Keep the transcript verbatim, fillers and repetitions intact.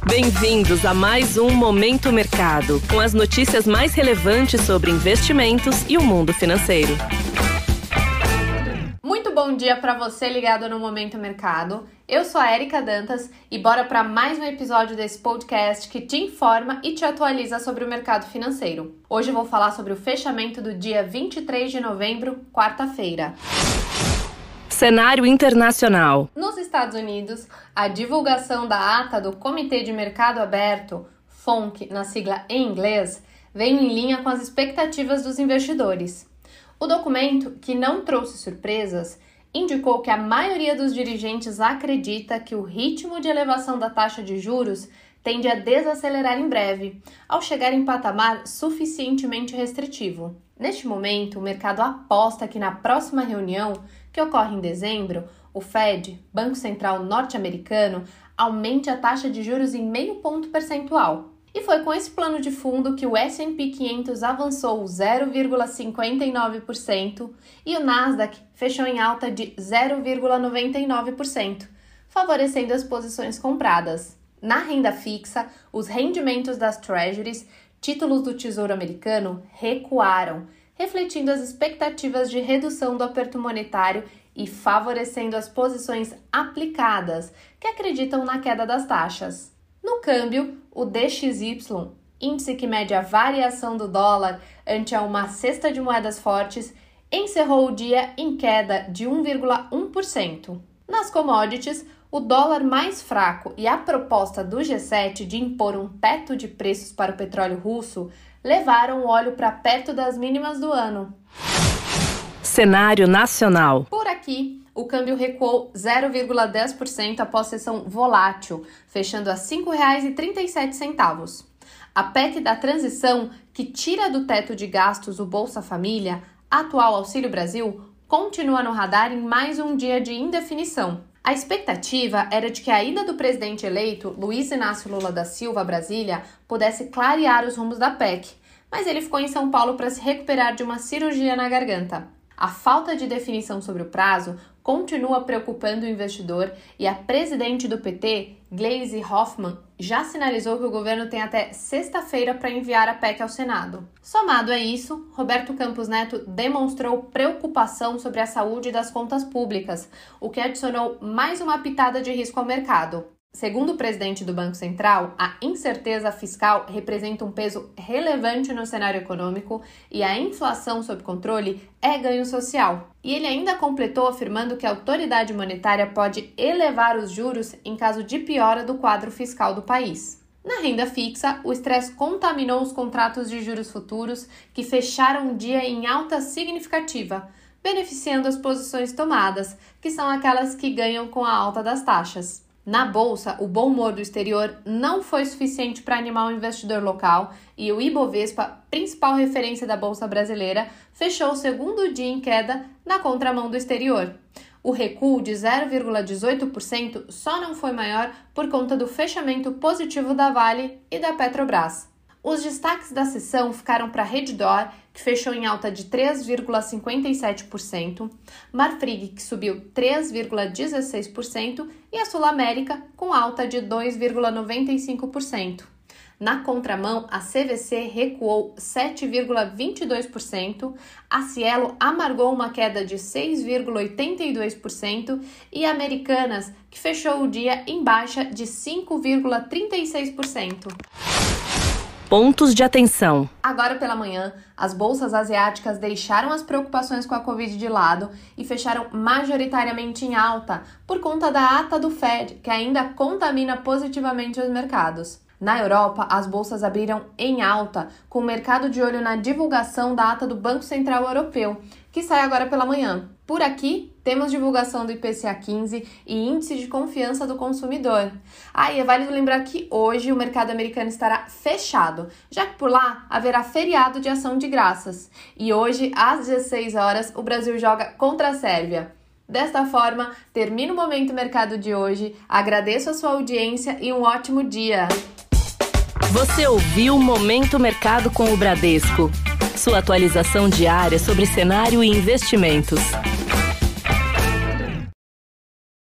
Bem-vindos a mais um Momento Mercado, com as notícias mais relevantes sobre investimentos e o mundo financeiro. Muito bom dia para você ligado no Momento Mercado. Eu sou a Érica Dantas e bora para mais um episódio desse podcast que te informa e te atualiza sobre o mercado financeiro. Hoje eu vou falar sobre o fechamento do dia vinte e três de novembro, quarta-feira. Cenário internacional. Nos Estados Unidos, a divulgação da ata do Comitê de Mercado Aberto, F O M C, na sigla em inglês, veio em linha com as expectativas dos investidores. O documento, que não trouxe surpresas, indicou que a maioria dos dirigentes acredita que o ritmo de elevação da taxa de juros tende a desacelerar em breve, ao chegar em patamar suficientemente restritivo. Neste momento, o mercado aposta que na próxima reunião, que ocorre em dezembro, o Fed, Banco Central norte-americano, aumente a taxa de juros em meio ponto percentual. E foi com esse plano de fundo que o S and P quinhentos avançou zero vírgula cinquenta e nove por cento e o Nasdaq fechou em alta de zero vírgula noventa e nove por cento, favorecendo as posições compradas. Na renda fixa, os rendimentos das Treasuries, títulos do Tesouro Americano, recuaram, refletindo as expectativas de redução do aperto monetário e favorecendo as posições aplicadas, que acreditam na queda das taxas. No câmbio, o D X Y, índice que mede a variação do dólar ante uma cesta de moedas fortes, encerrou o dia em queda de um vírgula um por cento. Nas commodities, o dólar mais fraco e a proposta do G sete de impor um teto de preços para o petróleo russo levaram o óleo para perto das mínimas do ano. Cenário nacional. Por aqui, o câmbio recuou zero vírgula dez por cento após sessão volátil, fechando a cinco reais e trinta e sete centavos. A P E C da transição, que tira do teto de gastos o Bolsa Família, atual Auxílio Brasil, continua no radar em mais um dia de indefinição. A expectativa era de que a ida do presidente eleito, Luiz Inácio Lula da Silva, a Brasília, pudesse clarear os rumos da P E C, mas ele ficou em São Paulo para se recuperar de uma cirurgia na garganta. A falta de definição sobre o prazo continua preocupando o investidor e a presidente do P T, Gleisi Hoffmann, já sinalizou que o governo tem até sexta-feira para enviar a P E C ao Senado. Somado a isso, Roberto Campos Neto demonstrou preocupação sobre a saúde das contas públicas, o que adicionou mais uma pitada de risco ao mercado. Segundo o presidente do Banco Central, a incerteza fiscal representa um peso relevante no cenário econômico e a inflação sob controle é ganho social. E ele ainda completou afirmando que a autoridade monetária pode elevar os juros em caso de piora do quadro fiscal do país. Na renda fixa, o estresse contaminou os contratos de juros futuros, que fecharam o dia em alta significativa, beneficiando as posições tomadas, que são aquelas que ganham com a alta das taxas. Na bolsa, o bom humor do exterior não foi suficiente para animar o investidor local e o Ibovespa, principal referência da bolsa brasileira, fechou o segundo dia em queda na contramão do exterior. O recuo de zero vírgula dezoito por cento só não foi maior por conta do fechamento positivo da Vale e da Petrobras. Os destaques da sessão ficaram para a Reddor, que fechou em alta de três vírgula cinquenta e sete por cento, Marfrig, que subiu três vírgula dezesseis por cento, e a Sul América, com alta de dois vírgula noventa e cinco por cento. Na contramão, a C V C recuou sete vírgula vinte e dois por cento, a Cielo amargou uma queda de seis vírgula oitenta e dois por cento e a Americanas, que fechou o dia em baixa de cinco vírgula trinta e seis por cento. Pontos de atenção. Agora pela manhã, as bolsas asiáticas deixaram as preocupações com a Covid de lado e fecharam majoritariamente em alta por conta da ata do Fed, que ainda contamina positivamente os mercados. Na Europa, as bolsas abriram em alta, com o mercado de olho na divulgação da ata do Banco Central Europeu, que sai agora pela manhã. Por aqui, temos divulgação do I P C A quinze e índice de confiança do consumidor. Ah, e é válido lembrar que hoje o mercado americano estará fechado, já que por lá haverá feriado de ação de graças. E hoje, às dezesseis horas, o Brasil joga contra a Sérvia. Desta forma, termina o Momento Mercado de hoje. Agradeço a sua audiência e um ótimo dia! Você ouviu Momento Mercado com o Bradesco. Sua atualização diária sobre cenário e investimentos.